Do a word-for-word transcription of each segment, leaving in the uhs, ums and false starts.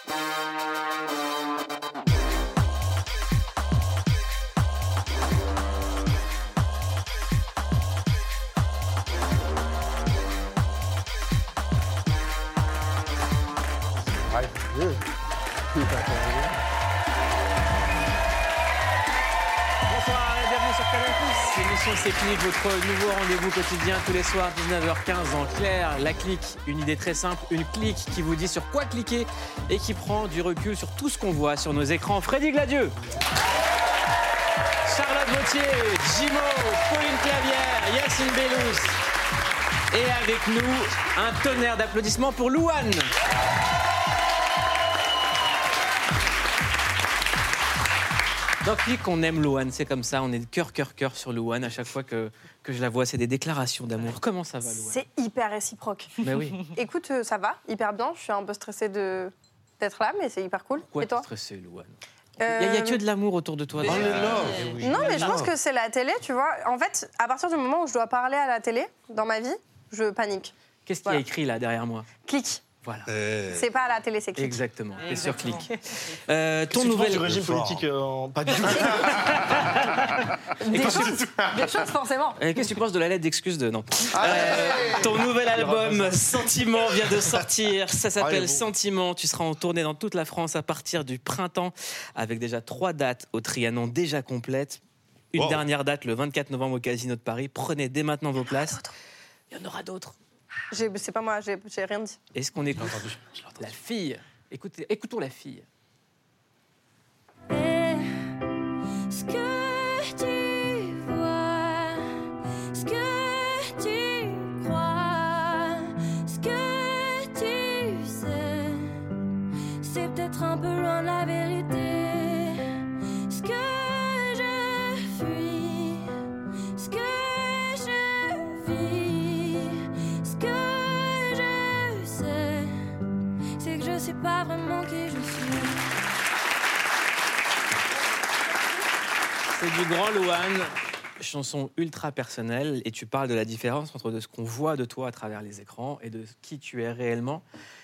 Bonsoir et bienvenue sur Canal plus. L'émission C'est Clic, votre nouveau rendez-vous quotidien tous les soirs dix-neuf heures quinze en clair. La clique, une idée très simple, une clique qui vous dit sur quoi cliquer et qui prend du recul sur tout ce qu'on voit sur nos écrans. Freddy Gladieux, Charlotte Vautier, Jimo, Pauline Clavière, Yacine Bellous. Et avec nous, un tonnerre d'applaudissements pour Louane. Dans Clic, on aime Louane, c'est comme ça, on est de cœur, cœur, cœur sur Louane. À chaque fois que, que je la vois, c'est des déclarations d'amour. Comment ça va, Louane? C'est hyper réciproque. Mais oui. Écoute, euh, ça va, hyper bien. Je suis un peu stressée de... d'être là, mais c'est hyper cool. Pourquoi Et toi? t'es stressée, Louane? Euh, Il n'y a, a que de l'amour autour de toi. Oh, euh, Non, mais je pense que c'est la télé, tu vois. En fait, à partir du moment où je dois parler à la télé, dans ma vie, je panique. Qu'est-ce qu'il Voilà. y a écrit là derrière moi? Clic. Voilà. Eh. C'est pas à la télé, c'est clic. Exactement. Et sur Clic. Euh, ton Ton nouvel du régime politique euh, en... pas du tout. Des choses, des choses, forcément. Euh, Qu'est-ce que tu penses de la lettre d'excuse de non euh, Ton nouvel album Sentiment vient de sortir. Ça s'appelle Ah, bon. Sentiment. Tu seras en tournée dans toute la France à partir du printemps, avec déjà trois dates au Trianon déjà complètes. Une Wow. dernière date le vingt-quatre novembre au Casino de Paris. Prenez dès maintenant vos places. Il y en aura d'autres. J'ai- C'est pas moi, j'ai j'ai rien dit. Est-ce qu'on écoute la fille? Écoutez, écoutons la fille. Ce que tu vois, ce que tu crois, ce que tu sais, c'est peut-être un peu loin de la vérité. Ce que je fuis, ce que je vis, ce que je sais, c'est que je sais pas vraiment qui je suis. C'est du grand Louane, chanson ultra personnelle, et tu parles de la différence entre de ce qu'on voit de toi à travers les écrans et de qui tu es réellement.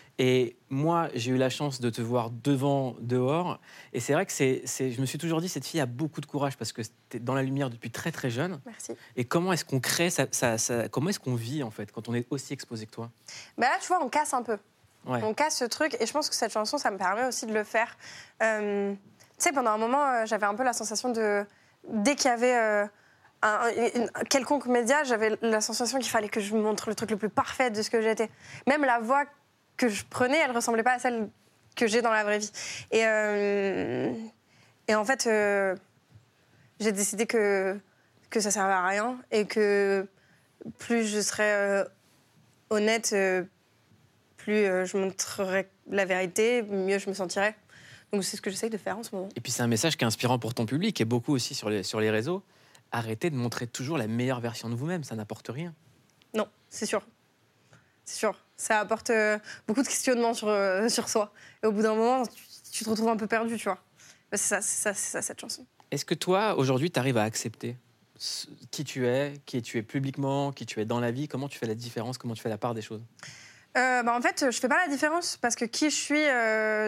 Et moi, j'ai eu la chance de te voir devant, dehors, et c'est vrai que c'est, c'est, je me suis toujours dit, cette fille a beaucoup de courage parce que tu es dans la lumière depuis très très jeune. Merci. Et comment est-ce qu'on crée, ça, ça, ça- comment est-ce qu'on vit en fait quand on est aussi exposé que toi? Bah là, tu vois, on casse un peu. Ouais. On casse ce truc, et je pense que cette chanson, ça me permet aussi de le faire. Euh, tu sais, pendant un moment, euh, j'avais un peu la sensation de... Dès qu'il y avait euh, un, une- un quelconque média, j'avais la sensation qu'il fallait que je montre le truc le plus parfait de ce que j'étais. Même la voix que je prenais, elle ressemblait pas à celle que j'ai dans la vraie vie. Et, euh, et en fait, euh, j'ai décidé que, que ça servait à rien, et que plus je serais euh, honnête, euh, plus euh, je montrerais la vérité, mieux je me sentirais. Donc c'est ce que j'essaye de faire en ce moment. Et puis c'est un message qui est inspirant pour ton public et beaucoup aussi sur les, sur les réseaux. Arrêtez de montrer toujours la meilleure version de vous-même, ça n'apporte rien. Non, c'est sûr. C'est sûr. Ça apporte euh, beaucoup de questionnements sur, euh, sur soi. Et au bout d'un moment, tu, tu te retrouves un peu perdu, tu vois. Bah, c'est ça, c'est ça, c'est ça, cette chanson. Est-ce que toi, aujourd'hui, tu arrives à accepter ce- qui tu es, qui tu es publiquement, qui tu es dans la vie? Comment tu fais la différence? Comment tu fais la part des choses? Euh, bah, en fait, je fais pas la différence parce que qui je suis euh,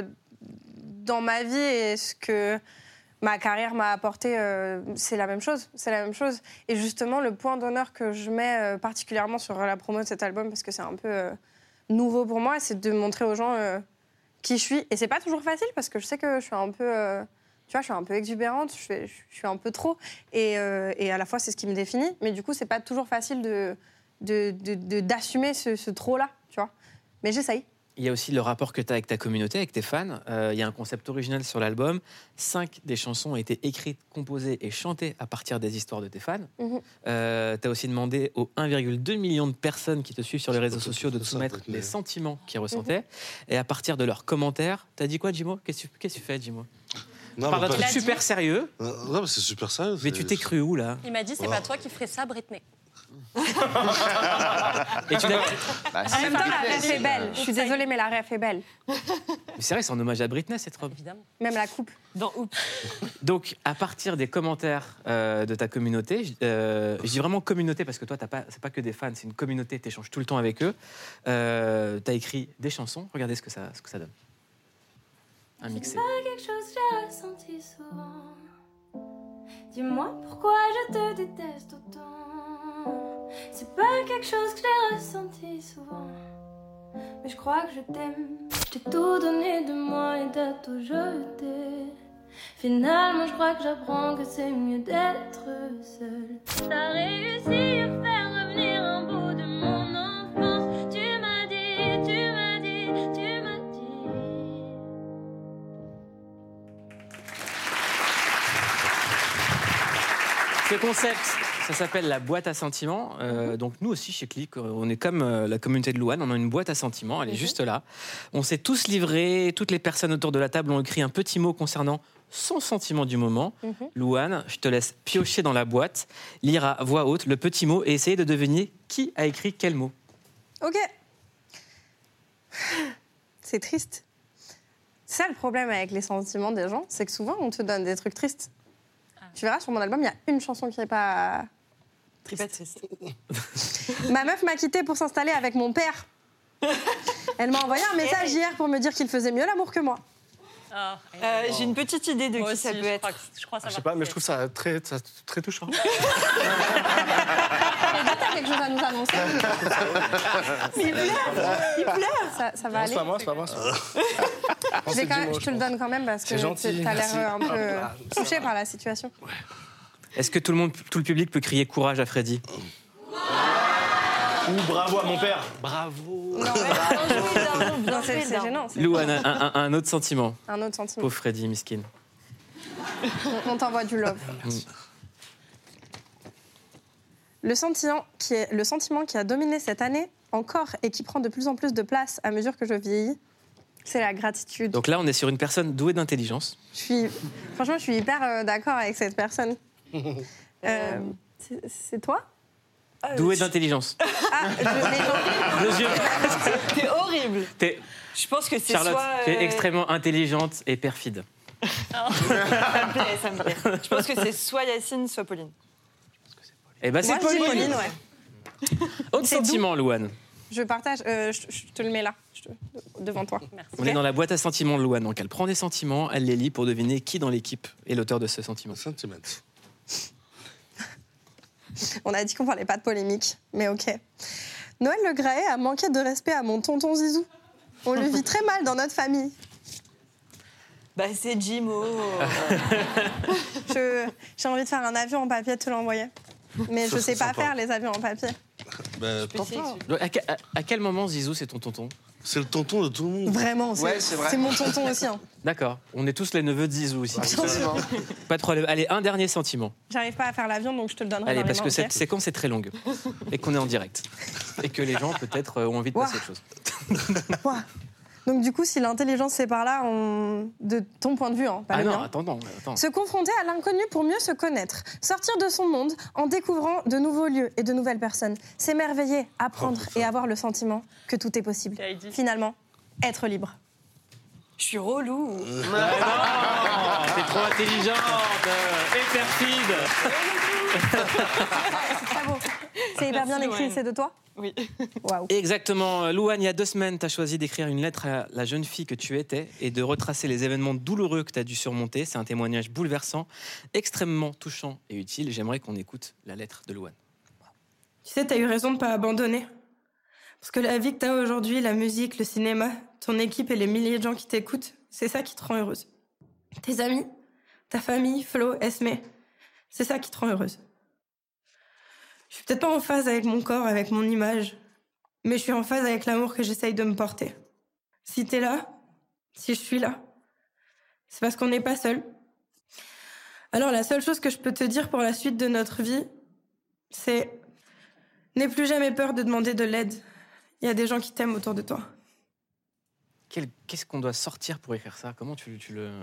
dans ma vie et ce que ma carrière m'a apporté, euh, c'est la même chose. C'est la même chose. Et justement, le point d'honneur que je mets euh, particulièrement sur la promo de cet album, parce que c'est un peu euh, nouveau pour moi, c'est de montrer aux gens euh, qui je suis. Et c'est pas toujours facile parce que je sais que je suis un peu, euh, tu vois, je suis un peu exubérante, je, fais- je suis un peu trop. Et, euh, et à la fois, c'est ce qui me définit. Mais du coup, c'est pas toujours facile de, de, de- de- d'assumer ce, ce trop-là, tu vois. Mais j'essaye. Il y a aussi le rapport que tu as avec ta communauté, avec tes fans. Euh, il y a un concept original sur l'album. Cinq des chansons ont été écrites, composées et chantées à partir des histoires de tes fans. Mhm. Euh, tu as aussi demandé aux un virgule deux million de personnes qui te suivent sur les réseaux pas tout sociaux de ça, soumettre avec les- les sentiments qu'ils ressentaient. Et à partir de leurs commentaires, tu as dit quoi, Jimo? Qu'est-ce que tu- qu'est-ce que tu fais, Jimo? Non, Parle d'un mais truc pas- super sérieux, Euh, non, mais c'est super sérieux. mais c'est- tu t'es cru où, là? Il m'a dit, c'est Oh. pas toi qui ferais ça, Britney. Et tu l'as- En même temps, la ref est belle. Je suis désolée, mais la ref est belle. Mais c'est vrai, c'est en hommage à Britney, cette robe. Évidemment. Même la coupe. Dans Oups. Donc, à partir des commentaires euh, de ta communauté, je- euh, je dis vraiment communauté parce que toi, t'as pas, c'est pas que des fans, c'est une communauté, tu échanges tout le temps avec eux. Euh, tu as écrit des chansons, regardez ce que ça, ce que ça donne. à mixer. C'est pas quelque chose que j'ai ressenti souvent. Dis-moi pourquoi je te déteste autant. C'est pas quelque chose que j'ai ressenti souvent. Mais je crois que je t'aime. Je t'ai tout donné de moi et t'as tout jeté. Finalement, je crois que j'apprends que c'est mieux d'être seule. T'as réussi à faire revenir un bout de mon enfance. Tu m'as dit, tu m'as dit, tu m'as dit. Ce concept, ça s'appelle la boîte à sentiments. Euh, donc nous aussi, chez Click, on est comme euh, la communauté de Louane, on a une boîte à sentiments, elle est juste là. On s'est tous livrés, toutes les personnes autour de la table ont écrit un petit mot concernant son sentiment du moment. Mm-hmm. Louane, je te laisse piocher dans la boîte, lire à voix haute le petit mot et essayer de deviner qui a écrit quel mot. Ok. C'est triste. C'est ça le problème avec les sentiments des gens, c'est que souvent on te donne des trucs tristes. Tu verras, sur mon album, il y a une chanson qui n'est pas triste. Pas triste. Ma meuf m'a quittée pour s'installer avec mon père. Elle m'a envoyé un message hier pour me dire qu'il faisait mieux l'amour que moi. Oh, euh, J'ai une petite idée de Moi qui aussi, ça peut je être. crois que- je crois que ça Je va sais pas, mais passer. je trouve ça très, ça- très touchant. T'as quelque chose à nous annoncer? Mais il pleure, il pleure. Ça, ça va Non, aller. c'est pas moi, c'est pas moi. c'est pas moi. Je, vais quand même- je te le donne quand même parce que C'est gentil, t'as l'air merci. un peu Ah, ça touché par la situation. Est-ce que tout le monde, tout le public peut crier courage à Freddy? Ou bravo à mon père. Bravo. Non, Bien joué, Dardo, bien non, c'est joué, c'est Dardo. gênant. c'est Louane, un, un- un autre sentiment. Un autre sentiment. Pauvre Freddy, miskin. On, on t'envoie du love. Le sentiment, qui est, le sentiment qui a dominé cette année encore et qui prend de plus en plus de place à mesure que je vieillis, c'est la gratitude. Donc là, on est sur une personne douée d'intelligence. Je suis, franchement, je suis hyper euh, d'accord avec cette personne. Euh, c'est- c'est toi? Douée d'intelligence. Ah, je, les gens- Nos yeux. C'est horrible. T'es, Je pense que c'est Charlotte, soit. tu es euh, extrêmement intelligente et perfide. Ça me plaît, ça me plaît. Je pense que c'est soit Yacine, soit Pauline. Eh ben, c'est Moi, je dis Pauline. Pauline, ouais. Autre C'est sentiment, Louane. Je partage, euh, je, je te le mets là, je te- devant toi. On est dans la boîte à sentiments de Louane. Donc elle prend des sentiments, elle les lit pour deviner qui dans l'équipe est l'auteur de ce sentiment. Sentiment. On a dit qu'on parlait pas de polémique, mais ok. Noël Le Graët a manqué de respect à mon tonton Zizou. On le vit très mal dans notre famille. Bah, c'est Jimo. Je- J'ai envie de faire un avion en papier et de te l'envoyer. Mais je Ça, sais c'est pas sympa. faire les avions en papier. Ben, papa, Donc, à, que- à- à quel moment Zizou c'est ton tonton? c'est le tonton de tout le monde. Vraiment, c'est Ouais, c'est vrai. c'est mon tonton aussi. hein. D'accord. On est tous les neveux de Zizou aussi. Absolument. Pas de problème. Allez, un dernier sentiment. J'arrive pas à faire l'avion, donc je te le donnerai Allez, dans parce les que mains, cette ok séquence est très longue et qu'on est en direct et que les gens peut-être euh, ont envie de passer à autre chose. Ouah. Donc du coup, si l'intelligence c'est par là, on... de ton point de vue, hein, pas Ah le non, mien. attends, non, attends. Se confronter à l'inconnu pour mieux se connaître. Sortir de son monde en découvrant de nouveaux lieux et de nouvelles personnes. S'émerveiller, apprendre Oh, putain. et avoir le sentiment que tout est possible. Et Heidi. Finalement, être libre. Je suis relou. Ah non, t'es trop intelligente euh, et perfide. C'est très beau. C'est hyper bien Merci, écrit, Louane. c'est de toi? Oui. Waouh. Exactement. Louane, il y a deux semaines, tu as choisi d'écrire une lettre à la jeune fille que tu étais et de retracer les événements douloureux que tu as dû surmonter. C'est un témoignage bouleversant, extrêmement touchant et utile. J'aimerais qu'on écoute la lettre de Louane. Tu sais, t'as eu raison de pas abandonner. Parce que la vie que t'as aujourd'hui, la musique, le cinéma, ton équipe et les milliers de gens qui t'écoutent, c'est ça qui te rend heureuse. Tes amis, ta famille, Flo, Esmé, c'est ça qui te rend heureuse. Je suis peut-être pas en phase avec mon corps, avec mon image, mais je suis en phase avec l'amour que j'essaye de me porter. Si t'es là, si je suis là, c'est parce qu'on n'est pas seul. Alors la seule chose que je peux te dire pour la suite de notre vie, c'est n'aie plus jamais peur de demander de l'aide. Il y a des gens qui t'aiment autour de toi. Quel- Qu'est-ce qu'on doit sortir pour écrire ça? Comment tu, tu le...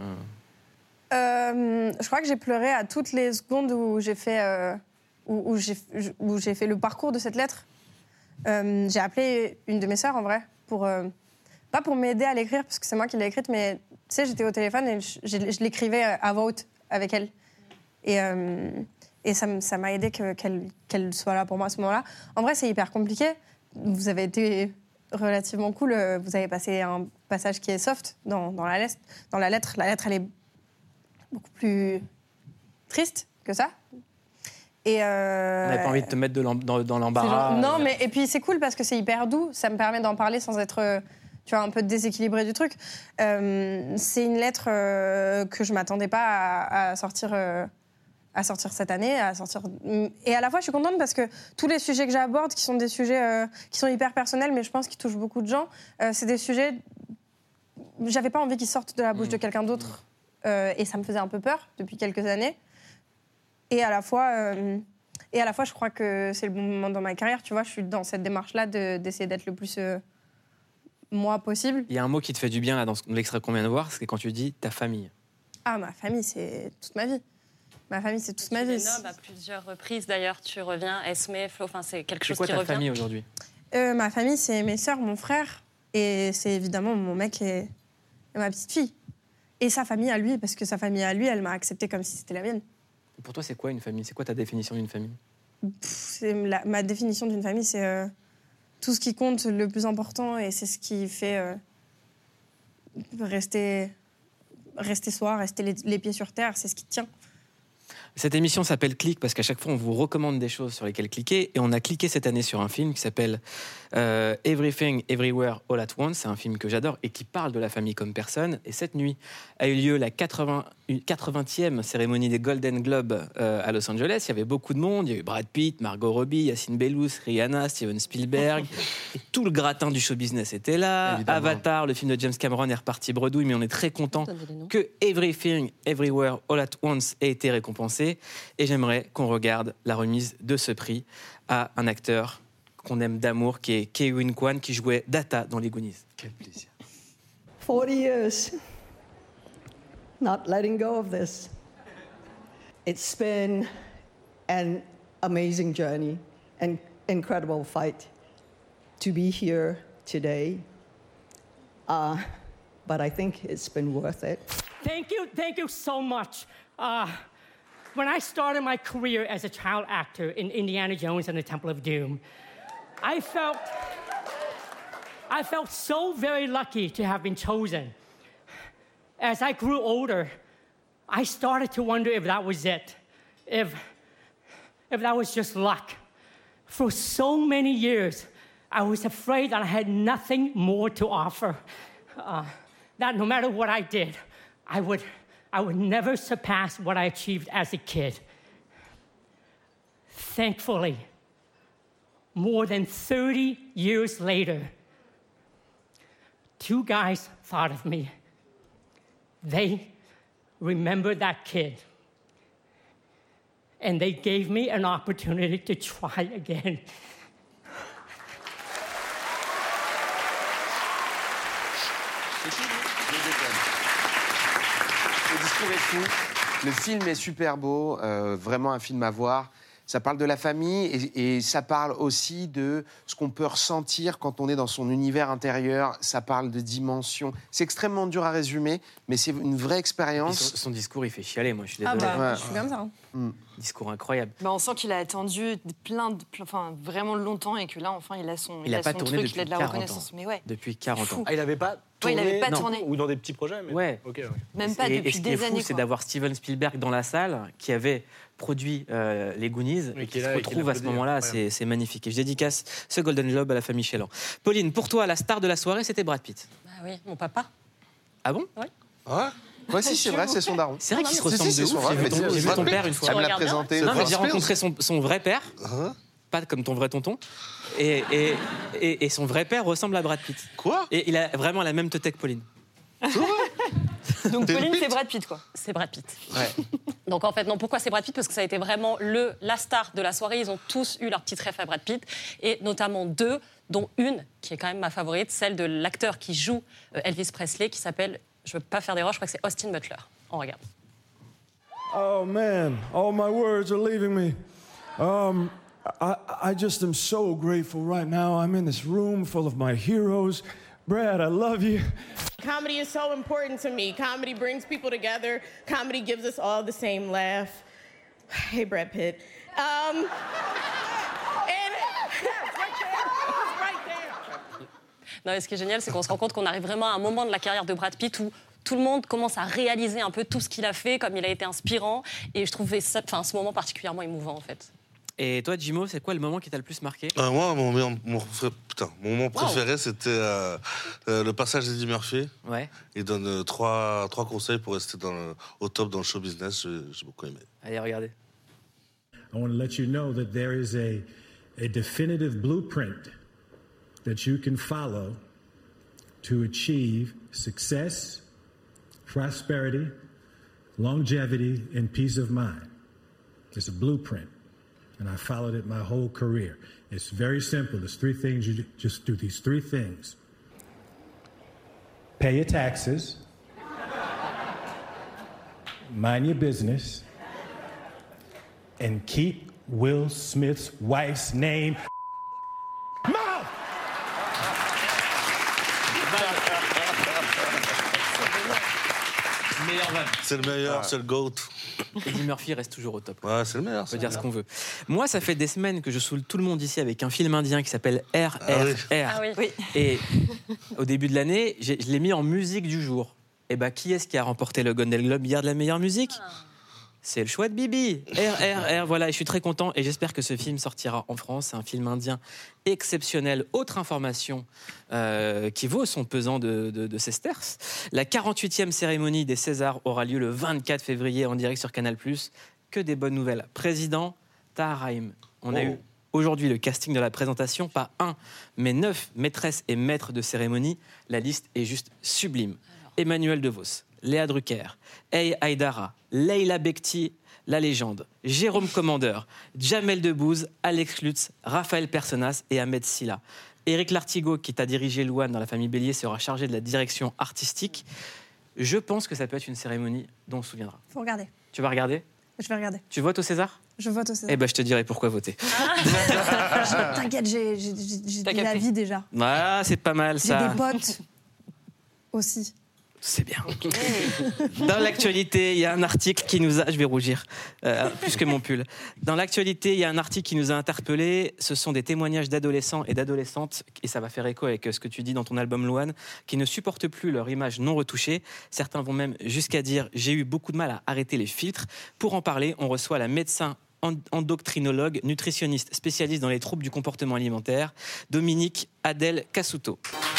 Euh, je crois que j'ai pleuré à toutes les secondes où j'ai fait, euh, où, où j'ai, où j'ai fait le parcours de cette lettre. Euh, j'ai appelé une de mes sœurs, en vrai, pour, euh, pas pour m'aider à l'écrire, parce que c'est moi qui l'ai écrite, mais tu sais, j'étais au téléphone et je, je- je l'écrivais à voix haute avec elle. Et, euh, et ça, m- ça m'a aidé que- qu'elle, qu'elle soit là pour moi à ce moment-là. En vrai, c'est hyper compliqué. Vous avez été relativement cool. Euh, Vous avez passé un passage qui est soft dans, dans, la, lettre, dans la lettre. La lettre, elle est beaucoup plus triste que ça. Et euh, On n'avait pas envie de te mettre de l'em- dans, dans c'est l'embarras. genre- non, mais et puis c'est cool parce que c'est hyper doux. Ça me permet d'en parler sans être, euh, tu vois, un peu déséquilibré du truc. Euh, c'est une lettre euh, que je m'attendais pas à, à sortir, euh, à sortir cette année, à sortir. Et à la fois, je suis contente parce que tous les sujets que j'aborde, qui sont des sujets euh, qui sont hyper personnels, mais je pense qu'ils touchent beaucoup de gens, euh, c'est des sujets. J'avais pas envie qu'ils sortent de la bouche de quelqu'un d'autre, euh, et ça me faisait un peu peur depuis quelques années. Et à la fois, euh, et à la fois, je crois que c'est le bon moment dans ma carrière. Tu vois, je suis dans cette démarche-là de, d'essayer d'être le plus euh, moi possible. Il y a un mot qui te fait du bien là, dans ce- l'extrait qu'on vient de voir, c'est quand tu dis ta famille. Ah, ma famille, c'est toute ma vie. Ma famille, c'est toute ma Tu les vie. nommes à plusieurs reprises d'ailleurs. Tu reviens, Esme, Flo, enfin c'est quelque C'est chose quoi qui ta revient. famille aujourd'hui? Euh, ma famille, c'est mes sœurs, mon frère, et c'est évidemment mon mec et, et ma petite fille. Et sa famille à lui, parce que sa famille à lui, elle m'a acceptée comme si c'était la mienne. Pour toi, c'est quoi une famille? C'est quoi ta définition d'une famille? Pff, c'est la- ma définition d'une famille, c'est euh, tout ce qui compte le plus important, et c'est ce qui fait euh, rester, rester soi, rester les, les pieds sur terre, c'est ce qui tient. Cette émission s'appelle Click parce qu'à chaque fois, on vous recommande des choses sur lesquelles cliquer. Et on a cliqué cette année sur un film qui s'appelle euh, Everything, Everywhere, All at Once. C'est un film que j'adore et qui parle de la famille comme personne. Et cette nuit a eu lieu la quatre-vingts, quatre-vingtième cérémonie des Golden Globes euh, à Los Angeles. Il y avait beaucoup de monde. Il y a eu Brad Pitt, Margot Robbie, Yacine Bellous, Rihanna, Steven Spielberg. Et tout le gratin du show business était là. Évidemment. Avatar, le film de James Cameron, est reparti bredouille. Mais on est très content que Everything, Everywhere, All at Once ait été récompensé. Et j'aimerais qu'on regarde la remise de ce prix à un acteur qu'on aime d'amour, qui est Ke-Huy Quan, qui jouait Data dans Les Goonies. Quel plaisir. forty years not letting go of this. It's been an amazing journey, an incredible fight to be here today. Uh, but I think it's been worth it. Thank you, thank you so much. Uh, when I started my career as a child actor in Indiana Jones and the Temple of Doom, I felt, I felt so very lucky to have been chosen. As I grew older, I started to wonder if that was it, if, if that was just luck. For so many years, I was afraid that I had nothing more to offer. Uh, that no matter what I did, I would, I would never surpass what I achieved as a kid. Thankfully, more than thirty years later, two guys thought of me. They remembered that kid. And they gave me an opportunity to try again. Le discours est fou, le film est super beau, euh, vraiment un film à voir. Ça parle de la famille et, et ça parle aussi de ce qu'on peut ressentir quand on est dans son univers intérieur. Ça parle de dimension. C'est extrêmement dur à résumer, mais c'est une vraie expérience. Son, son discours, il fait chialer, moi, je suis Ah désolé. bah, Ouais. je suis comme ça. hein. Mm. Discours incroyable. Bah, on sent qu'il a attendu plein de, plein- enfin, vraiment longtemps et que là, enfin, il a son, Il a a pas son tourné truc, depuis il a de la quarante reconnaissance. ans. Mais ouais, Depuis quarante ans. Fou. Ah, il n'avait pas Ouais, tourné il avait pas Non. tourné. ou dans des petits projets mais... Ouais. Ok, ouais. Même pas Et- et depuis ce qui des est fou, années. c'est quoi. d'avoir Steven Spielberg dans la salle, qui avait produit euh, les Goonies, Oui, et qui qui est se là et qui retrouve à ce l'applaudit, moment-là. incroyable. C'est c'est magnifique. Et je dédicace ce Golden Globe à la famille Chélan. Pauline, pour toi, la star de la soirée, c'était Brad Pitt. Bah oui, mon papa. Ah bon? Ouais. Ouais, si, c'est vrai, c'est son daron. C'est vrai qu'ils se Si, si, ressemblent c'est de son ouf. vrai, J'ai vu mais ton, c'est- j'ai vu c'est ton Brad père Pitt. une fois. Ça me l'a regardes bien. présenté. Non, mais Brad j'ai Spears. rencontré son, son vrai père, Hein pas comme ton vrai tonton, et, et, et, et son vrai père ressemble à Brad Pitt. Quoi? Et il a vraiment la même tête que Pauline. Donc T'es Pauline, Pitt c'est Brad Pitt, quoi. C'est Brad Pitt. Ouais. Donc en fait, non, pourquoi c'est Brad Pitt? Parce que ça a été vraiment le, la star de la soirée. Ils ont tous eu leur petite ref à Brad Pitt, et notamment deux, dont une qui est quand même ma favorite, celle de l'acteur qui joue euh, Elvis Presley, qui s'appelle, je veux pas faire d'erreur, je crois que c'est Austin Butler. On regarde. Oh man, all my words are leaving me. Um, I, I just am so grateful right now. I'm in this room full of my heroes. Brad, I love you. Comedy is so important to me. Comedy brings people together. Comedy gives us all the same laugh. Hey, Brad Pitt. Um, and right there, right there. Non, et ce qui est génial, c'est qu'on se rend compte qu'on arrive vraiment à un moment de la carrière de Brad Pitt où tout le monde commence à réaliser un peu tout ce qu'il a fait, comme il a été inspirant. Et je trouvais ça, enfin, ce moment particulièrement émouvant, en fait. Et toi, Jimo, c'est quoi le moment qui t'a le plus marqué? Euh, moi, mon, mon, mon, putain, mon moment préféré, wow. c'était euh, euh, le passage d'Eddie Murphy. Ouais. Il donne euh, trois, trois conseils pour rester dans le, au top dans le show business. J'ai, j'ai beaucoup aimé. Allez, regardez. I want to let you know that there is a, a definitive blueprint that you can follow to achieve success, prosperity, longevity, and peace of mind. It's a blueprint. And I followed it my whole career. It's very simple. There's three things you just do. These three things. Pay your taxes. Mind your business. And keep Will Smith's wife's name mouth. C'est le meilleur, ah. c'est le GOAT. Eddie Murphy reste toujours au top. Ouais, c'est le meilleur. On peut dire ce qu'on veut. Moi, ça fait des semaines que je saoule tout le monde ici avec un film indien qui s'appelle R R R. Ah oui. Et au début de l'année, j'ai, je l'ai mis en musique du jour. Et bah, qui est-ce qui a remporté le Golden Globe hier de la meilleure musique? ah. C'est le choix de Bibi. R R R, voilà, et je suis très content et j'espère que ce film sortira en France. C'est un film indien exceptionnel. Autre information euh, qui vaut son pesant de, de, de sesterces. La quarante-huitième cérémonie des Césars aura lieu le vingt-quatre février en direct sur Canal plus. Que des bonnes nouvelles. Président Tahar Rahim. On oh. a eu aujourd'hui le casting de la présentation, pas un, mais neuf maîtresses et maîtres de cérémonie. La liste est juste sublime. Alors. Emmanuel DeVos, Léa Drucker, Hey Haïdara, Leila Bekti, la légende, Jérôme Commandeur, Jamel Debbouze, Alex Lutz, Raphaël Personnaz et Ahmed Silla. Éric Lartigot, qui t'a dirigé Louane dans La Famille Bélier, sera chargé de la direction artistique. Je pense que ça peut être une cérémonie dont on se souviendra. Faut regarder. Tu vas regarder? Je vais regarder. Tu votes au César? Je vote au César. Eh ben, je te dirai pourquoi voter. Ah. T'inquiète, j'ai, j'ai, j'ai de la vie déjà. Ah, c'est pas mal ça. J'ai des potes aussi. C'est bien. Dans l'actualité, il y a un article qui nous a... Je vais rougir, euh, plus que mon pull. Dans l'actualité, il y a un article qui nous a interpellés. Ce sont des témoignages d'adolescents et d'adolescentes, et ça va faire écho avec ce que tu dis dans ton album Louane, qui ne supportent plus leur image non retouchée. Certains vont même jusqu'à dire « J'ai eu beaucoup de mal à arrêter les filtres ». Pour en parler, on reçoit la médecin endocrinologue, nutritionniste spécialiste dans les troubles du comportement alimentaire, Dominique Adèle Cassuto.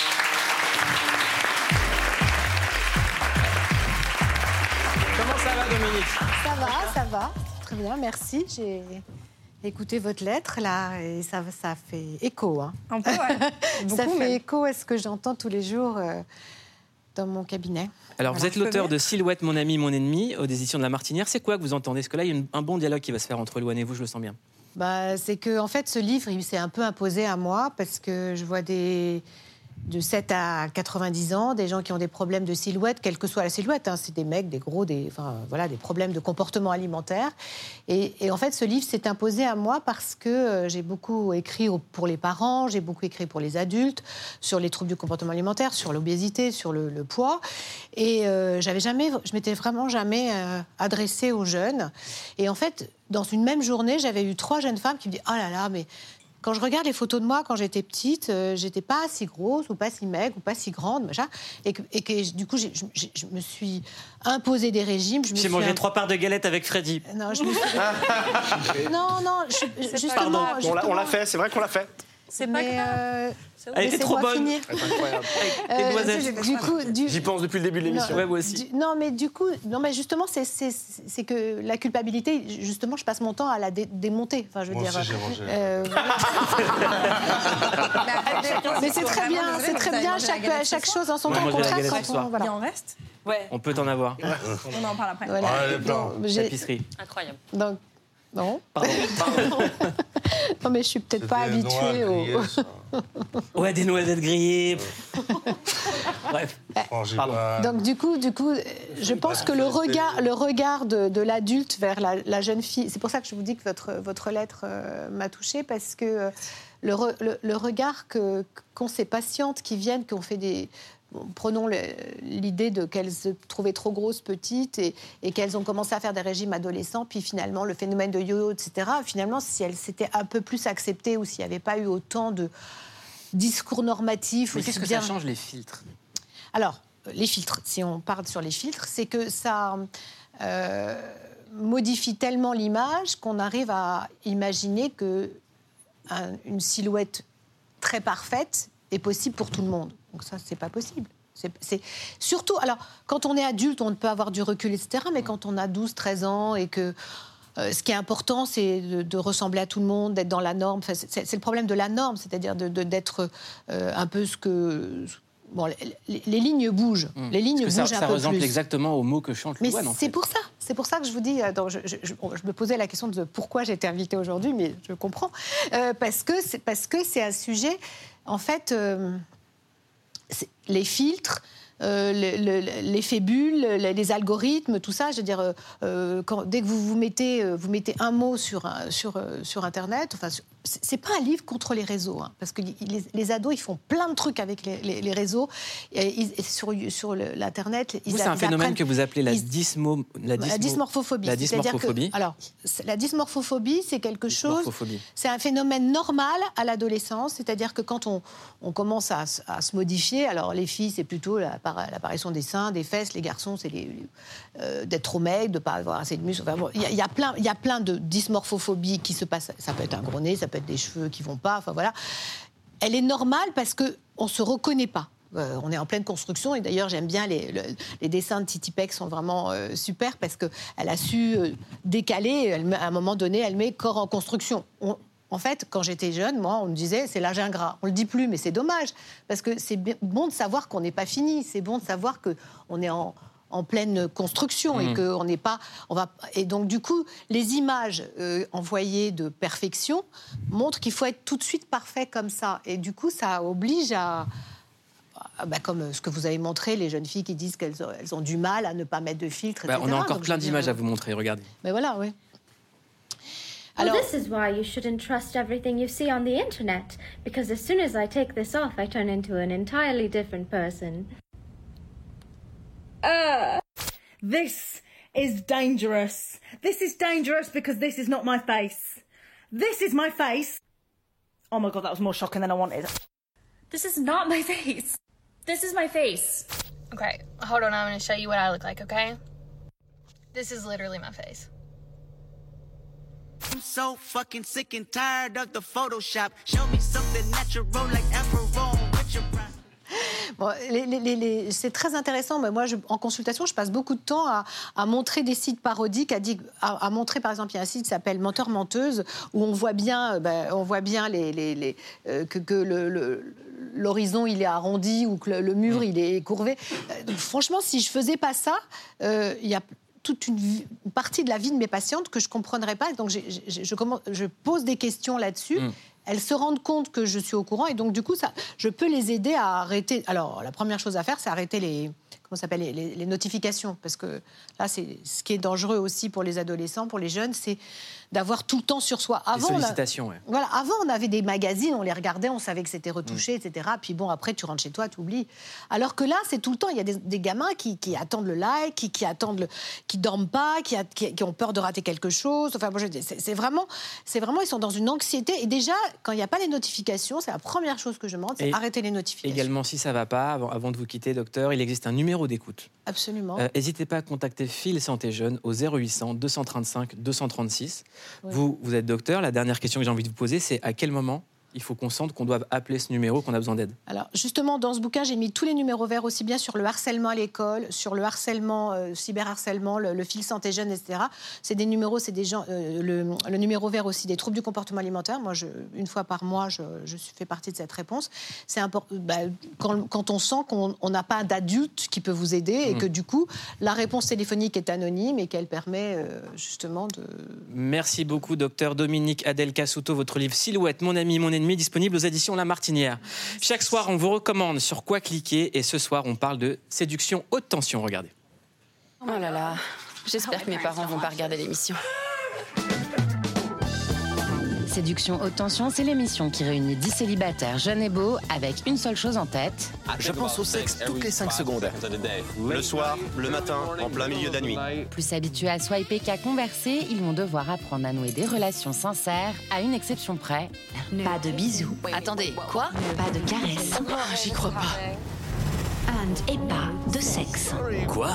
Dominique. Ça va, ça va. Très bien, merci. J'ai écouté votre lettre, là, et ça, ça fait écho. Hein. Un peu, ouais. Ça fait même. écho à ce que j'entends tous les jours euh, dans mon cabinet. Alors, voilà. Vous êtes l'auteur de Silhouette, mon ami, mon ennemi, aux éditions de La Martinière. C'est quoi que vous entendez? Parce que là, il y a une, un bon dialogue qui va se faire entre Louane et vous, je le sens bien. Bah, c'est que, en fait, ce livre, il s'est un peu imposé à moi, parce que je vois des... de sept à quatre-vingt-dix ans, des gens qui ont des problèmes de silhouette, quelle que soit la silhouette, hein, c'est des mecs, des gros, des, enfin, voilà, des problèmes de comportement alimentaire. Et, et en fait, ce livre s'est imposé à moi parce que euh, j'ai beaucoup écrit pour les parents, j'ai beaucoup écrit pour les adultes, sur les troubles du comportement alimentaire, sur l'obésité, sur le, le poids. Et euh, j'avais jamais, je m'étais vraiment jamais euh, adressée aux jeunes. Et en fait, dans une même journée, j'avais eu trois jeunes femmes qui me disaient « Oh là là, mais... » Quand je regarde les photos de moi quand j'étais petite, euh, j'étais pas si grosse ou pas si maigre ou pas si grande, machin, et que, et que du coup, j'ai, je, je me suis imposé des régimes. Je me j'ai suis mangé un... trois parts de galettes avec Freddy. Non, je me suis... non, non, je, justement, Pardon, justement... On, l'a, on l'a fait, c'est vrai qu'on l'a fait. C'est pas mais, euh... Elle était trop bonne. C'est incroyable. Euh, du coup, du... J'y pense depuis le début de l'émission. Non, ouais, moi aussi. Du... non, mais du coup, non, mais justement, c'est, c'est, c'est que la culpabilité, justement, je passe mon temps à la dé- démonter. Enfin, je veux moi dire. Aussi, j'ai mangé. Euh... mais c'est très bien, c'est très bien. Chaque, chaque chose en son temps. Au contraire, quand on, voilà. Il en reste. Ouais. On peut t'en avoir. Ouais. On en parle après. Voilà. Ouais, Donc, j'ai... Tapisserie. Incroyable. Donc, non. Pardon. Pardon. Non, mais je suis peut-être c'est pas habituée au. Ouais, des noisettes grillées. Bref. Pas... Donc du coup, du coup, je pense que le regard, le regard de, de l'adulte vers la, la jeune fille, c'est pour ça que je vous dis que votre votre lettre euh, m'a touchée, parce que euh, le, re, le, le regard que qu'ont ces patientes qui viennent, qui ont fait des Bon, prenons le, l'idée de qu'elles se trouvaient trop grosses, petites, et, et qu'elles ont commencé à faire des régimes adolescents, puis finalement, le phénomène de yo-yo, et cetera, finalement, si elles s'étaient un peu plus acceptées ou s'il n'y avait pas eu autant de, discours normatif. Mais aussi qu'est-ce que bien... ça change, les filtres? Alors, les filtres, si on parle sur les filtres, c'est que ça euh, modifie tellement l'image qu'on arrive à imaginer que un, une silhouette très parfaite est possible pour tout le monde. Donc ça, c'est pas possible. C'est, c'est... Surtout, alors, quand on est adulte, on peut avoir du recul, et cetera, mais quand on a douze, treize ans et que euh, ce qui est important, c'est de, de ressembler à tout le monde, d'être dans la norme. Enfin, c'est, c'est le problème de la norme, c'est-à-dire de, de, d'être euh, un peu ce que... Bon, les, les, les lignes bougent. Mmh. Les lignes bougent ça, un ça peu plus. Ça ressemble exactement aux mots que chante mais Louane, en c'est fait. pour ça. C'est pour ça que je vous dis... Donc, je, je, je, je me posais la question de pourquoi j'ai été invitée aujourd'hui, mais je comprends. Euh, parce, que c'est, parce que c'est un sujet... En fait, euh, les filtres... Euh, le, le, l'effet bulle, les, les algorithmes, tout ça, je veux dire, euh, quand, dès que vous vous mettez, vous mettez un mot sur, sur, sur Internet, enfin, c'est pas un livre contre les réseaux, hein, parce que les, les ados, ils font plein de trucs avec les, les, les réseaux, et, ils, sur, sur le, l'Internet. Vous, c'est un phénomène que vous appelez la, dysmo, la, dysmo, la dysmorphophobie. La dysmorphophobie. Que, alors, la dysmorphophobie, c'est quelque chose... C'est un phénomène normal à l'adolescence, c'est-à-dire que quand on, on commence à, à se modifier, alors les filles, c'est plutôt la l'apparition des seins, des fesses, les garçons, c'est les, les, euh, d'être trop maigre, de ne pas avoir assez de muscles. Enfin, bon, il y, y a plein, il y a plein de dysmorphophobie qui se passe. Ça peut être un gros nez, ça peut être des cheveux qui ne vont pas. Enfin voilà. Elle est normale parce qu'on ne se reconnaît pas. Euh, on est en pleine construction et d'ailleurs j'aime bien les, le, les dessins de Titi Peck sont vraiment euh, super parce qu'elle a su euh, décaler. Elle, à un moment donné, elle met corps en construction. On, En fait, quand j'étais jeune, moi, on me disait c'est l'âge ingrat. On le dit plus, mais c'est dommage parce que c'est bon de savoir qu'on n'est pas fini. C'est bon de savoir que on est en, en pleine construction mmh. et que on n'est pas. On va et donc du coup, les images euh, envoyées de perfection montrent qu'il faut être tout de suite parfait comme ça. Et du coup, ça oblige à Bah, comme ce que vous avez montré, les jeunes filles qui disent qu'elles ont, elles ont du mal à ne pas mettre de filtre, bah, et cetera. On a encore donc, plein d'images dire... à vous montrer, regardez. Mais voilà, oui. Well, this is why you shouldn't trust everything you see on the internet, because as soon as I take this off, I turn into an entirely different person. Uh, this is dangerous. This is dangerous because this is not my face. This is my face. Oh my God, that was more shocking than I wanted. This is not my face. This is my face. Okay, hold on, I'm gonna show you what I look like, okay? This is literally my face. I'm so fucking sick and tired of the Photoshop. Show me something natural like Afro Richard Pryor. Bon, les, les, les, c'est très intéressant, mais moi, je, en consultation, je passe beaucoup de temps à, à montrer des sites parodiques, à, à, à montrer, par exemple, il y a un site qui s'appelle Menteur Menteuse, où on voit bien, ben, on voit bien les, les, les, euh, que, que le, le, l'horizon, il est arrondi, ou que le, le mur, il est courvé. Euh, donc, franchement, si je faisais pas ça, euh, il y a toute une, vie, une partie de la vie de mes patientes que je ne comprendrais pas. Donc, j'ai, j'ai, je, commence, je pose des questions là-dessus. Mmh. Elles se rendent compte que je suis au courant et donc, du coup, ça, je peux les aider à arrêter. Alors, la première chose à faire, c'est arrêter les, comment ça s'appelle, les, les, les notifications. Parce que là, c'est ce qui est dangereux aussi pour les adolescents, pour les jeunes, c'est d'avoir tout le temps sur soi. Avant, les sollicitations, on a, ouais. Voilà, avant, on avait des magazines, on les regardait, on savait que c'était retouché, mmh. et cetera. Puis bon, après, tu rentres chez toi, tu oublies. Alors que là, c'est tout le temps. Il y a des, des gamins qui, qui attendent le like, qui, qui attendent le, qui dorment pas, qui, a, qui, qui ont peur de rater quelque chose. Enfin, bon, c'est, c'est vraiment, c'est vraiment, ils sont dans une anxiété. Et déjà, quand il n'y a pas les notifications, c'est la première chose que je demande, c'est et arrêter les notifications. Également, si ça ne va pas, avant, avant de vous quitter, docteur, il existe un numéro d'écoute. Absolument. Euh, n'hésitez pas à contacter Fil Santé Jeune au zéro huit cents deux cent trente-cinq deux cent trente-six. Oui. Vous, vous êtes docteur. La dernière question que j'ai envie de vous poser, c'est à quel moment il faut qu'on sente qu'on doit appeler ce numéro, qu'on a besoin d'aide? Alors, justement, dans ce bouquin, j'ai mis tous les numéros verts, aussi bien sur le harcèlement à l'école, sur le harcèlement, euh, cyberharcèlement, le, le Fil Santé Jeune, et cetera. C'est des numéros, c'est des gens... Euh, le, le numéro vert aussi, des troubles du comportement alimentaire. Moi, je, une fois par mois, je, je fais partie de cette réponse. C'est important... Bah, quand, quand on sent qu'on n'a pas d'adulte qui peut vous aider et mmh. que, du coup, la réponse téléphonique est anonyme et qu'elle permet, euh, justement, de... Merci beaucoup, docteur Dominique Adèle Cassuto. Votre livre « Silhouette, mon ami, mon ennemi », disponible aux éditions La Martinière. Chaque soir, on vous recommande sur quoi cliquer et ce soir, on parle de séduction haute tension. Regardez. Oh là là, j'espère que mes parents vont pas regarder l'émission. Séduction haute tension, c'est l'émission qui réunit dix célibataires jeunes et beaux avec une seule chose en tête. Je pense au sexe toutes les cinq secondes. Le soir, le matin, en plein milieu de la nuit. Plus habitués à swiper qu'à converser, ils vont devoir apprendre à nouer des relations sincères, à une exception près. Pas de bisous. Attendez, quoi? Pas de caresses. Oh, j'y crois pas. Et pas de sexe. Quoi?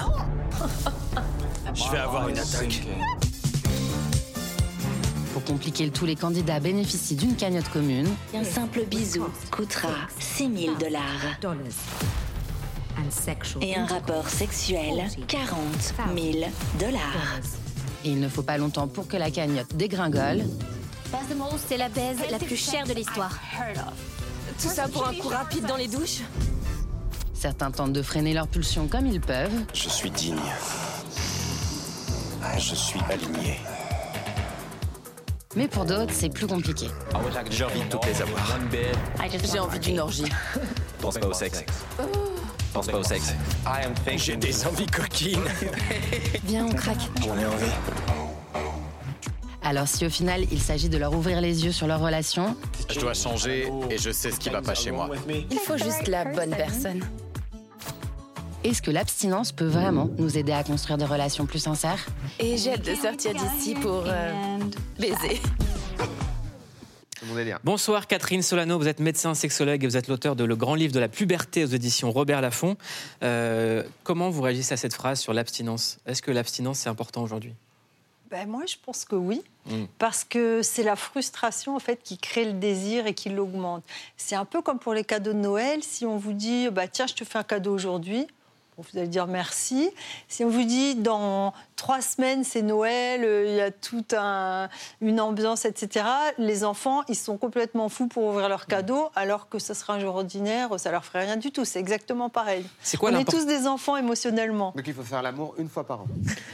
Je vais avoir une attaque. Pour compliquer le tout, les candidats bénéficient d'une cagnotte commune. Un simple bisou coûtera six mille dollars. Et un rapport sexuel, quarante mille dollars. Et il ne faut pas longtemps pour que la cagnotte dégringole. C'est la baise la plus chère de l'histoire. Tout ça pour un coup rapide dans les douches? Certains tentent de freiner leur pulsion comme ils peuvent. Je suis digne. Je suis aligné. Mais pour d'autres, c'est plus compliqué. J'ai envie de toutes les avoir. J'ai envie d'une orgie. Pense pas au sexe. Pense pas au sexe. J'ai des envies coquines. Viens, on craque. J'en ai envie. Alors si au final, il s'agit de leur ouvrir les yeux sur leur relation... Je dois changer et je sais ce qui va pas chez moi. Il faut juste la bonne personne. Est-ce que l'abstinence peut vraiment nous aider à construire des relations plus sincères? Et j'ai hâte de sortir d'ici pour euh, baiser. Bonsoir Catherine Solano, vous êtes médecin sexologue et vous êtes l'auteur de Le Grand Livre de la Puberté aux éditions Robert Laffont. Euh, comment vous réagissez à cette phrase sur l'abstinence? Est-ce que l'abstinence c'est important aujourd'hui? Ben moi, je pense que oui, mmh. parce que c'est la frustration en fait qui crée le désir et qui l'augmente. C'est un peu comme pour les cadeaux de Noël. Si on vous dit, bah tiens, je te fais un cadeau aujourd'hui, bon, vous allez dire merci. Si on vous dit, dans trois semaines, c'est Noël, il euh, y a toute un, une ambiance, et cetera. Les enfants, ils sont complètement fous pour ouvrir leurs cadeaux, alors que ce sera un jour ordinaire, ça leur ferait rien du tout. C'est exactement pareil. C'est quoi, on est tous des enfants émotionnellement. Donc il faut faire l'amour une fois par an.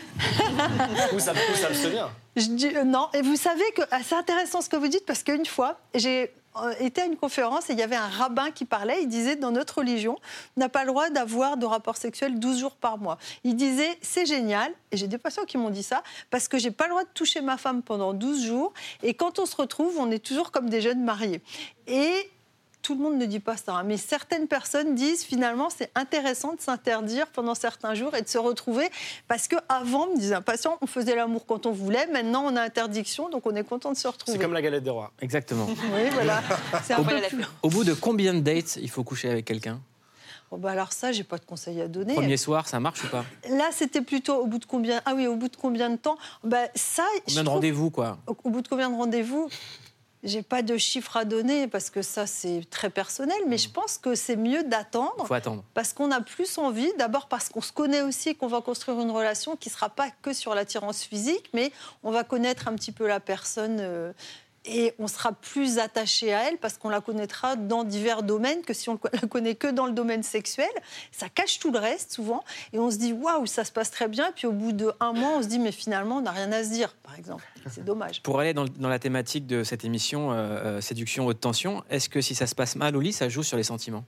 Ou ça, ou ça me souvient. Je dis, euh, non, et vous savez que ah, c'est intéressant ce que vous dites, parce qu'une fois, j'ai euh, été à une conférence et il y avait un rabbin qui parlait. Il disait, dans notre religion, on n'a pas le droit d'avoir de rapports sexuels douze jours par mois. Il disait, c'est génial, et j'ai des patients qui m'ont dit ça, parce que j'ai pas le droit de toucher ma femme pendant douze jours, et quand on se retrouve, on est toujours comme des jeunes mariés. Et tout le monde ne dit pas ça, hein, mais certaines personnes disent finalement c'est intéressant de s'interdire pendant certains jours et de se retrouver, parce qu'avant, me disait un patient, on faisait l'amour quand on voulait, maintenant on a interdiction, donc on est content de se retrouver. C'est comme la galette des rois. Exactement. Oui, voilà. C'est un au, peu bout, plus... au bout de combien de dates il faut coucher avec quelqu'un? Oh bah alors ça, j'ai pas de conseils à donner. Premier soir, ça marche ou pas? Là, c'était plutôt au bout de combien? Ah oui, au bout de combien de temps? Bah ça. Combien de trouve... rendez-vous quoi? Au, au bout de combien de rendez-vous? J'ai pas de chiffres à donner parce que ça, c'est très personnel, mais je pense que c'est mieux d'attendre. Il faut attendre. Parce qu'on a plus envie, d'abord parce qu'on se connaît aussi et qu'on va construire une relation qui ne sera pas que sur l'attirance physique, mais on va connaître un petit peu la personne euh, et on sera plus attaché à elle parce qu'on la connaîtra dans divers domaines que si on la connaît que dans le domaine sexuel. Ça cache tout le reste souvent et on se dit waouh, ça se passe très bien. Et puis au bout d'un mois, on se dit mais finalement, on n'a rien à se dire, par exemple. C'est dommage. Pour aller dans, dans la thématique de cette émission, euh, euh, séduction haute tension, est-ce que si ça se passe mal au lit, ça joue sur les sentiments?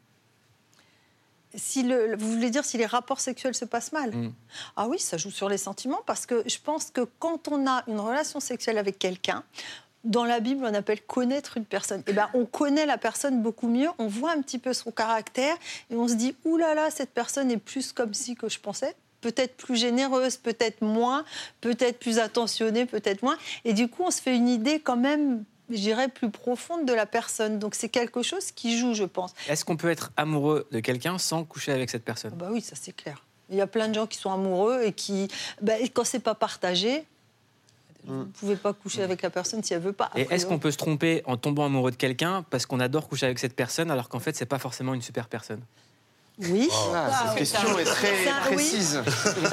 Si le, vous voulez dire si les rapports sexuels se passent mal? mmh. Ah oui, ça joue sur les sentiments parce que je pense que quand on a une relation sexuelle avec quelqu'un, dans la Bible, on appelle connaître une personne. Eh ben, on connaît la personne beaucoup mieux, on voit un petit peu son caractère et on se dit « Ouh là là, cette personne est plus comme ci que je pensais ». Peut-être plus généreuse, peut-être moins, peut-être plus attentionnée, peut-être moins. Et du coup, on se fait une idée quand même, je dirais, plus profonde de la personne. Donc c'est quelque chose qui joue, je pense. Est-ce qu'on peut être amoureux de quelqu'un sans coucher avec cette personne? Bah oui, ça c'est clair. Il y a plein de gens qui sont amoureux et qui, bah, quand c'est pas partagé, vous ne pouvez pas coucher avec la personne si elle veut pas. Et est-ce qu'on peut se tromper en tombant amoureux de quelqu'un parce qu'on adore coucher avec cette personne alors qu'en fait c'est pas forcément une super personne? Oui. Oh, ah, cette question est très précise. Oui. Oui,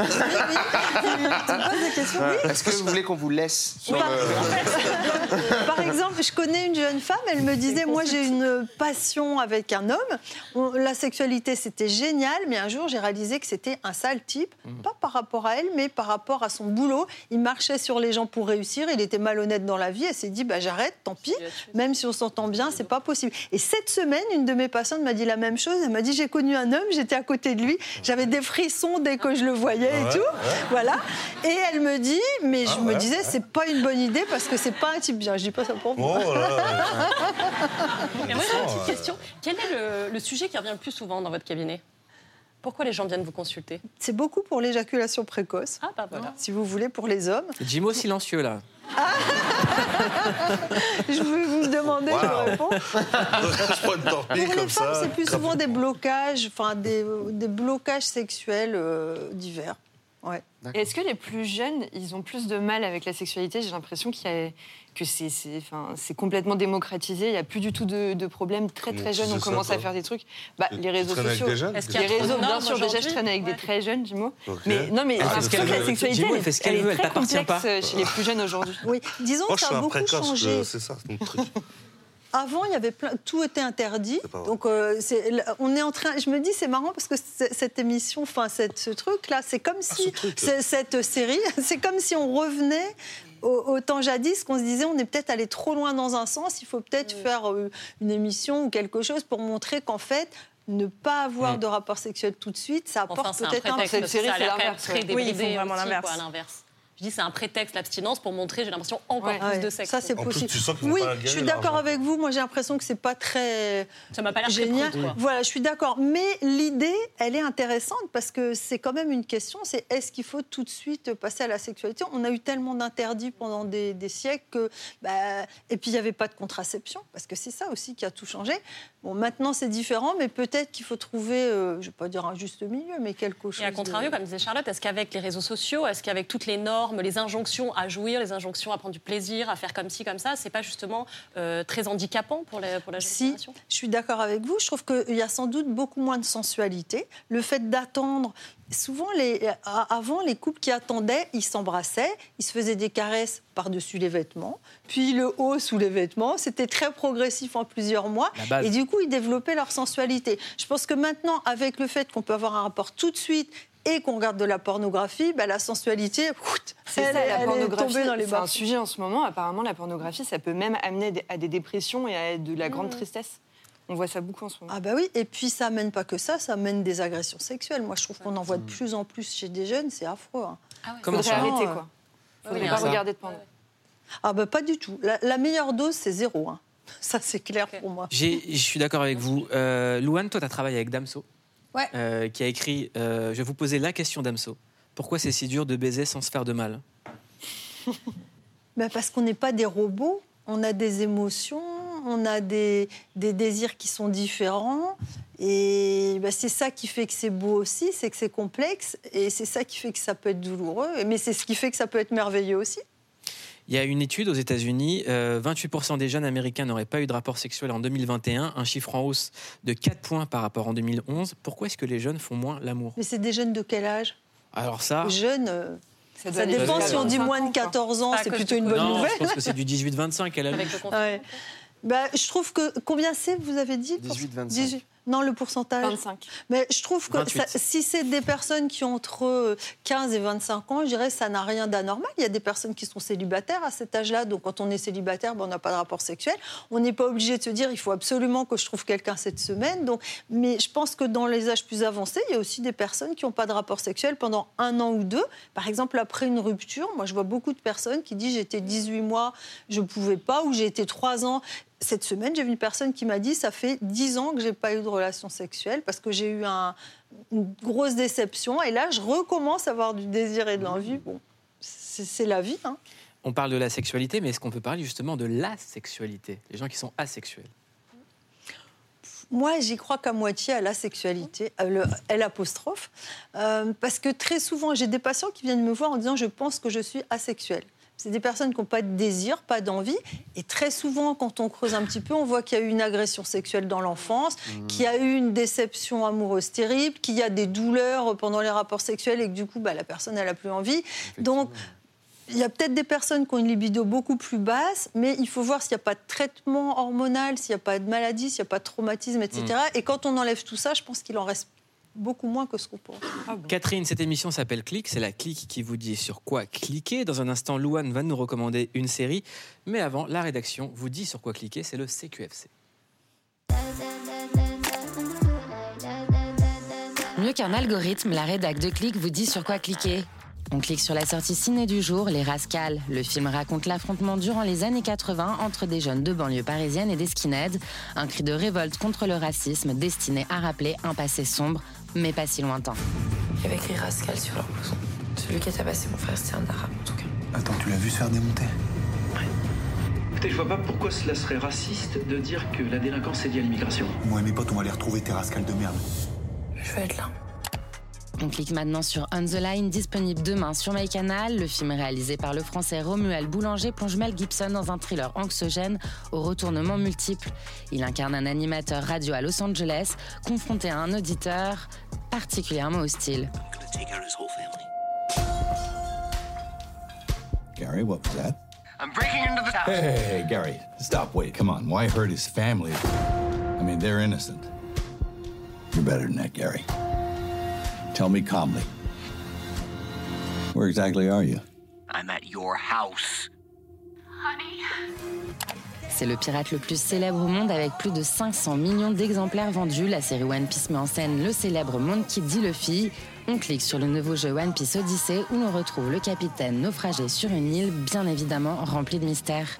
oui. Oui. Est-ce que vous voulez qu'on vous laisse sur par... le... par exemple, je connais une jeune femme, elle me disait, moi j'ai une passion avec un homme, on, la sexualité c'était génial, mais un jour j'ai réalisé que c'était un sale type, mmh. pas par rapport à elle, mais par rapport à son boulot. Il marchait sur les gens pour réussir, il était malhonnête dans la vie, elle s'est dit, bah, j'arrête, tant pis, même si on s'entend bien, c'est pas possible. Et cette semaine, une de mes patientes m'a dit la même chose, elle m'a dit, j'ai connu un un homme, j'étais à côté de lui, j'avais des frissons dès que je le voyais et Ah ouais, tout. ouais. Voilà. Et elle me dit, mais je Ah me ouais, disais, ouais. c'est pas une bonne idée parce que c'est pas un type bien. Je dis pas ça pour vous. Oh là là. Mais moi, j'ai une petite Ouais. question. Quel est le, le sujet qui revient le plus souvent dans votre cabinet? Pourquoi les gens viennent vous consulter? C'est beaucoup pour l'éjaculation précoce. Ah, bah voilà. Si vous voulez, pour les hommes. Jimo silencieux, là. Je vais vous demander, Wow. je réponds. Je prends une torpille Pour comme les femmes, ça. c'est plus souvent des blocages, enfin des, des blocages sexuels euh, divers. Ouais. Et est-ce que les plus jeunes, ils ont plus de mal avec la sexualité? J'ai l'impression qu'il y a, que c'est, c'est, enfin, c'est complètement démocratisé. Il n'y a plus du tout de, de problèmes. Très, Comment très tu jeunes, sais on ça, commence toi à faire des trucs. Bah, Tu- les tu réseaux traînes avec sociaux. des jeunes Est-ce qu'il y Les a trop de réseaux, bien normes sûr, déjà, je aujourd'hui? traîne avec des Ouais. très jeunes, dis-moi. Ok. Mais non, mais Ah, j'ai parce l'impression qu'elle que la veut- sexualité, Jimo, elle elle, fait ce qu'elle elle veut, est elle très t'appartient complexe pas. chez les plus jeunes aujourd'hui. Oui, disons Moi, que je ça suis a un beaucoup précoce, changé. je- c'est ça, mon truc. Avant, il y avait plein, tout était interdit. C'est pas vrai. Donc, euh, c'est, on est en train. Je me dis, c'est marrant parce que c'est- cette émission, enfin, cette, ce truc-là, c'est comme Ah, si ce truc. c'est- cette série, c'est comme si on revenait au, au temps jadis, qu'on se disait, on est peut-être allé trop loin dans un sens. Il faut peut-être faire euh, une émission ou quelque chose pour montrer qu'en fait, ne pas avoir Mm. de rapport sexuel tout de suite, ça apporte Enfin, c'est un peut-être un. prétexte. Cette parce que série, ça a c'est l'air quand même l'inverse, très ouais. débridé Oui, ils font vraiment aussi, l'inverse. quoi, à l'inverse. Je dis c'est un prétexte, l'abstinence, pour montrer, j'ai l'impression, encore Ouais. plus Ouais, de sexe. ça, c'est En plus, possible. tu sens qu'ils vont Oui, pas la je gagner, suis d'accord l'argent. avec vous. Moi, j'ai l'impression que c'est pas très Ça m'a pas l'air très génial. prude, quoi. Voilà, je suis d'accord. Mais l'idée, elle est intéressante parce que c'est quand même une question. C'est est-ce qu'il faut tout de suite passer à la sexualité? On a eu tellement d'interdits pendant des, des siècles que, bah, et puis il n'y avait pas de contraception parce que c'est ça aussi qui a tout changé. Bon, maintenant c'est différent, mais peut-être qu'il faut trouver, euh, je ne vais pas dire un juste milieu, mais quelque chose. Et à contrario, de... comme disait Charlotte, est-ce qu'avec les réseaux sociaux, est-ce qu'avec toutes les normes, les injonctions à jouir, les injonctions à prendre du plaisir, à faire comme ci, comme ça, c'est pas justement euh, très handicapant pour, les, pour la jeune Si, génération? je suis d'accord avec vous. Je trouve qu'il y a sans doute beaucoup moins de sensualité. Le fait d'attendre, souvent, les, avant, les couples qui attendaient, ils s'embrassaient, ils se faisaient des caresses par-dessus les vêtements, puis le haut sous les vêtements. C'était très progressif en plusieurs mois. La base. Et du coup, ils développaient leur sensualité. Je pense que maintenant, avec le fait qu'on peut avoir un rapport tout de suite et qu'on regarde de la pornographie, bah, la sensualité, C'est elle, ça, est- la elle est pornographie, tombée dans les c'est un bas. sujet en ce moment. Apparemment, la pornographie, ça peut même amener des- à des dépressions et à de la grande tristesse. On voit ça beaucoup en ce moment. Ah bah oui, et puis ça amène pas que ça, ça amène des agressions sexuelles. Moi, je trouve qu'on en voit de plus en plus chez des jeunes, c'est affreux. Hein. Comment Faudrait ça arrêter, euh, quoi. Faudrait Oui, pas ça. regarder de porno. Ah bah pas du tout. La, la meilleure dose, c'est zéro. Hein. Ça, c'est clair pour moi. J'ai- Je suis d'accord avec vous. Euh, Louane, toi, tu as travaillé avec Damso, Ouais. euh, qui a écrit euh, Je vais vous poser la question, Damso. Pourquoi c'est si dur de baiser sans se faire de mal? Bah parce qu'on n'est pas des robots, on a des émotions, on a des, des désirs qui sont différents. Et bah, c'est ça qui fait que c'est beau aussi, c'est que c'est complexe. Et c'est ça qui fait que ça peut être douloureux. Mais c'est ce qui fait que ça peut être merveilleux aussi. Il y a une étude aux États-Unis, euh, vingt-huit pour cent des jeunes américains n'auraient pas eu de rapport sexuel en deux mille vingt et un, un chiffre en hausse de quatre points par rapport en deux mille onze. Pourquoi est-ce que les jeunes font moins l'amour? Mais c'est des jeunes de quel âge? Alors ça... Jeunes, euh, Ça, doit ça aller dépend jusqu'à si on dit vingt-cinq moins ans, de quoi. quatorze ans, Pas à c'est cause plutôt du une Covid. bonne Non, nouvelle. je pense que c'est du dix-huit vingt-cinq à la Avec louche. le confinement. Ouais. Bah, je trouve que... Combien c'est, vous avez dit? dix-huit vingt-cinq. dix-huit. Non, le pourcentage. vingt-cinq. Mais je trouve que vingt-huit. ça- si c'est des personnes qui ont entre quinze et vingt-cinq ans, je dirais que ça n'a rien d'anormal. Il y a des personnes qui sont célibataires à cet âge-là. Donc, quand on est célibataire, ben, on n'a pas de rapport sexuel. On n'est pas obligé de se dire il faut absolument que je trouve quelqu'un cette semaine. Donc, mais je pense que dans les âges plus avancés, il y a aussi des personnes qui n'ont pas de rapport sexuel pendant un an ou deux. Par exemple, après une rupture, moi, je vois beaucoup de personnes qui disent j'étais dix-huit mois, je ne pouvais pas, ou j'ai été trois ans. Cette semaine, j'ai vu une personne qui m'a dit ça fait dix ans que je n'ai pas eu de relation sexuelle parce que j'ai eu un, une grosse déception. Et là, je recommence à avoir du désir et de l'envie. Bon, c'est c'est la vie. Hein. On parle de la sexualité, mais est-ce qu'on peut parler justement de la sexualité? Les gens qui sont asexuels. Moi, j'y crois qu'à moitié à la sexualité, euh, le L apostrophe, euh, parce que très souvent, j'ai des patients qui viennent me voir en disant je pense que je suis asexuelle. C'est des personnes qui n'ont pas de désir, pas d'envie. Et très souvent, quand on creuse un petit peu, on voit qu'il y a eu une agression sexuelle dans l'enfance, mmh. qu'il y a eu une déception amoureuse terrible, qu'il y a des douleurs pendant les rapports sexuels et que du coup, bah, la personne, elle n'a plus envie. Donc, il y a peut-être des personnes qui ont une libido beaucoup plus basse, mais il faut voir s'il n'y a pas de traitement hormonal, s'il n'y a pas de maladie, s'il n'y a pas de traumatisme, et cetera. Mmh. Et quand on enlève tout ça, je pense qu'il en reste beaucoup moins que ce qu'on pense. Ah bon. Catherine, cette émission s'appelle Click, c'est la clique qui vous dit sur quoi cliquer. Dans un instant, Louane va nous recommander une série, mais avant, la rédaction vous dit sur quoi cliquer, c'est le C Q F C. Mieux qu'un algorithme, la rédac de Click vous dit sur quoi cliquer. On clique sur la sortie ciné du jour, Les Rascals. Le film raconte l'affrontement durant les années quatre-vingts entre des jeunes de banlieue parisienne et des skinheads. Un cri de révolte contre le racisme destiné à rappeler un passé sombre, mais pas si lointain. Il y avait écrit Rascal sur leur blouson. Celui qui a tabassé mon frère, c'était un arabe en tout cas. Attends, tu l'as vu se faire démonter? Écoutez, je vois pas pourquoi cela serait raciste de dire que la délinquance est liée à l'immigration. Moi et mes potes, on va aller retrouver tes rascals de merde. Je vais être là. On clique maintenant sur On the Line, disponible demain sur MyCanal. Le film réalisé par le français Romuald Boulanger plonge Mel Gibson dans un thriller anxiogène aux retournements multiples. Il incarne un animateur radio à Los Angeles, confronté à un auditeur particulièrement hostile. Gary, what was that? I'm breaking into the house. Hey, hey, hey, Gary, stop, wait, come on. Why hurt his family? I mean, they're innocent. You're better than that, Gary. Tell me calmly. Where exactly are you? I'm at your house. Honey. C'est le pirate le plus célèbre au monde avec plus de cinq cents millions d'exemplaires vendus. La série One Piece met en scène le célèbre Monkey D. Luffy. On clique sur le nouveau jeu One Piece Odyssey où l'on retrouve le capitaine naufragé sur une île, bien évidemment remplie de mystères.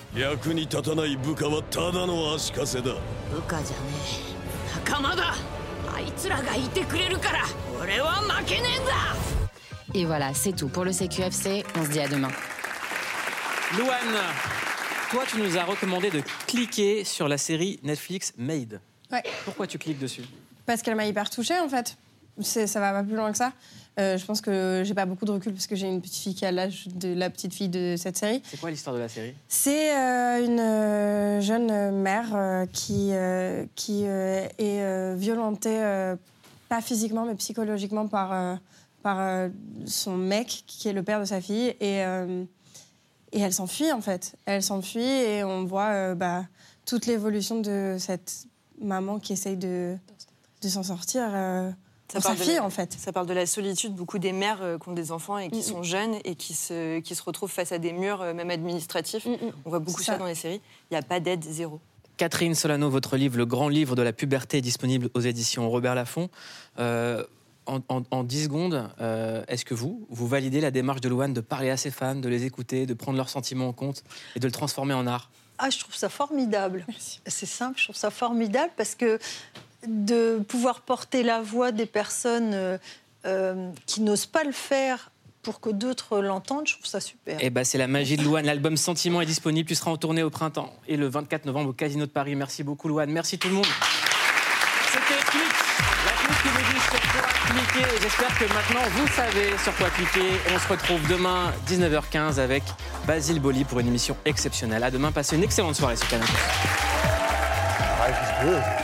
Et voilà, c'est tout pour le C Q F C. On se dit à demain. Louane, toi, tu nous as recommandé de cliquer sur la série Netflix Made. Ouais. Pourquoi tu cliques dessus? Parce qu'elle m'a hyper touchée, en fait. C'est, ça va pas plus loin que ça. Euh, je pense que j'ai pas beaucoup de recul parce que j'ai une petite fille qui a l'âge de la petite fille de cette série. C'est quoi l'histoire de la série? C'est euh, une euh, jeune mère euh, qui, euh, qui euh, est euh, violentée, euh, pas physiquement, mais psychologiquement par, euh, par euh, son mec, qui est le père de sa fille. Et, euh, et elle s'enfuit, en fait. Elle s'enfuit et on voit euh, bah, toute l'évolution de cette maman qui essaye de, de s'en sortir. Euh, Ça pour sa parle fille, de la, en fait. Ça parle de la solitude, beaucoup des mères euh, qui ont des enfants et qui mm-hmm. sont jeunes et qui se, qui se retrouvent face à des murs, euh, même administratifs. Mm-hmm. On voit beaucoup ça. ça dans les séries. Il n'y a pas d'aide, zéro. Catherine Solano, votre livre, Le grand livre de la puberté, disponible aux éditions Robert Laffont. Euh, en, en, en dix secondes, euh, est-ce que vous, vous validez la démarche de Louane de parler à ses fans, de les écouter, de prendre leurs sentiments en compte et de le transformer en art? Ah, je trouve ça formidable. Merci. C'est simple, je trouve ça formidable parce que de pouvoir porter la voix des personnes euh, euh, qui n'osent pas le faire pour que d'autres l'entendent, je trouve ça super. Eh ben, c'est la magie de Louane. L'album Sentiment est disponible. Tu seras en tournée au printemps et le vingt-quatre novembre au Casino de Paris. Merci beaucoup, Louane. Merci tout le monde. C'était Click, la Click qui vous dit sur quoi cliquer. Et j'espère que maintenant, vous savez sur quoi cliquer. On se retrouve demain, dix-neuf heures quinze, avec Basile Boli pour une émission exceptionnelle. À demain, passez une excellente soirée sur Canal plus.